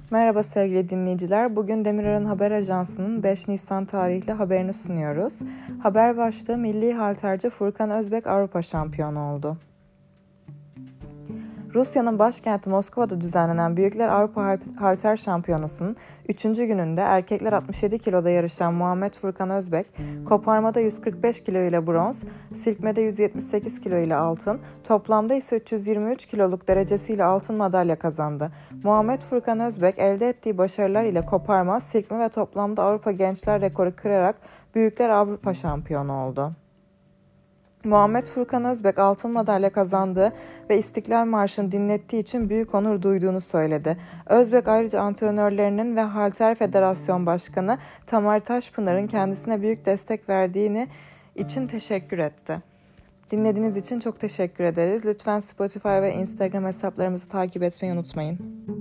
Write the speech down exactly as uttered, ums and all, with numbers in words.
Merhaba sevgili dinleyiciler. Bugün Demirören Haber Ajansı'nın beş Nisan tarihli haberini sunuyoruz. Haber başlığı milli halterci Furkan Özbek Avrupa şampiyonu oldu. Rusya'nın başkenti Moskova'da düzenlenen Büyükler Avrupa Halter Şampiyonası'nın üçüncü gününde erkekler altmış yedi kiloda yarışan Muhammed Furkan Özbek, koparmada yüz kırk beş kilo ile bronz, silkmede yüz yetmiş sekiz kilo ile altın, toplamda ise üç yüz yirmi üç kiloluk derecesiyle altın madalya kazandı. Muhammed Furkan Özbek elde ettiği başarılar ile koparma, silkme ve toplamda Avrupa gençler rekoru kırarak Büyükler Avrupa şampiyonu oldu. Muhammed Furkan Özbek altın madalya kazandığı ve İstiklal Marşı'nı dinlettiği için büyük onur duyduğunu söyledi. Özbek ayrıca antrenörlerinin ve Halter Federasyon Başkanı Tamer Taşpınar'ın kendisine büyük destek verdiğini için teşekkür etti. Dinlediğiniz için çok teşekkür ederiz. Lütfen Spotify ve Instagram hesaplarımızı takip etmeyi unutmayın.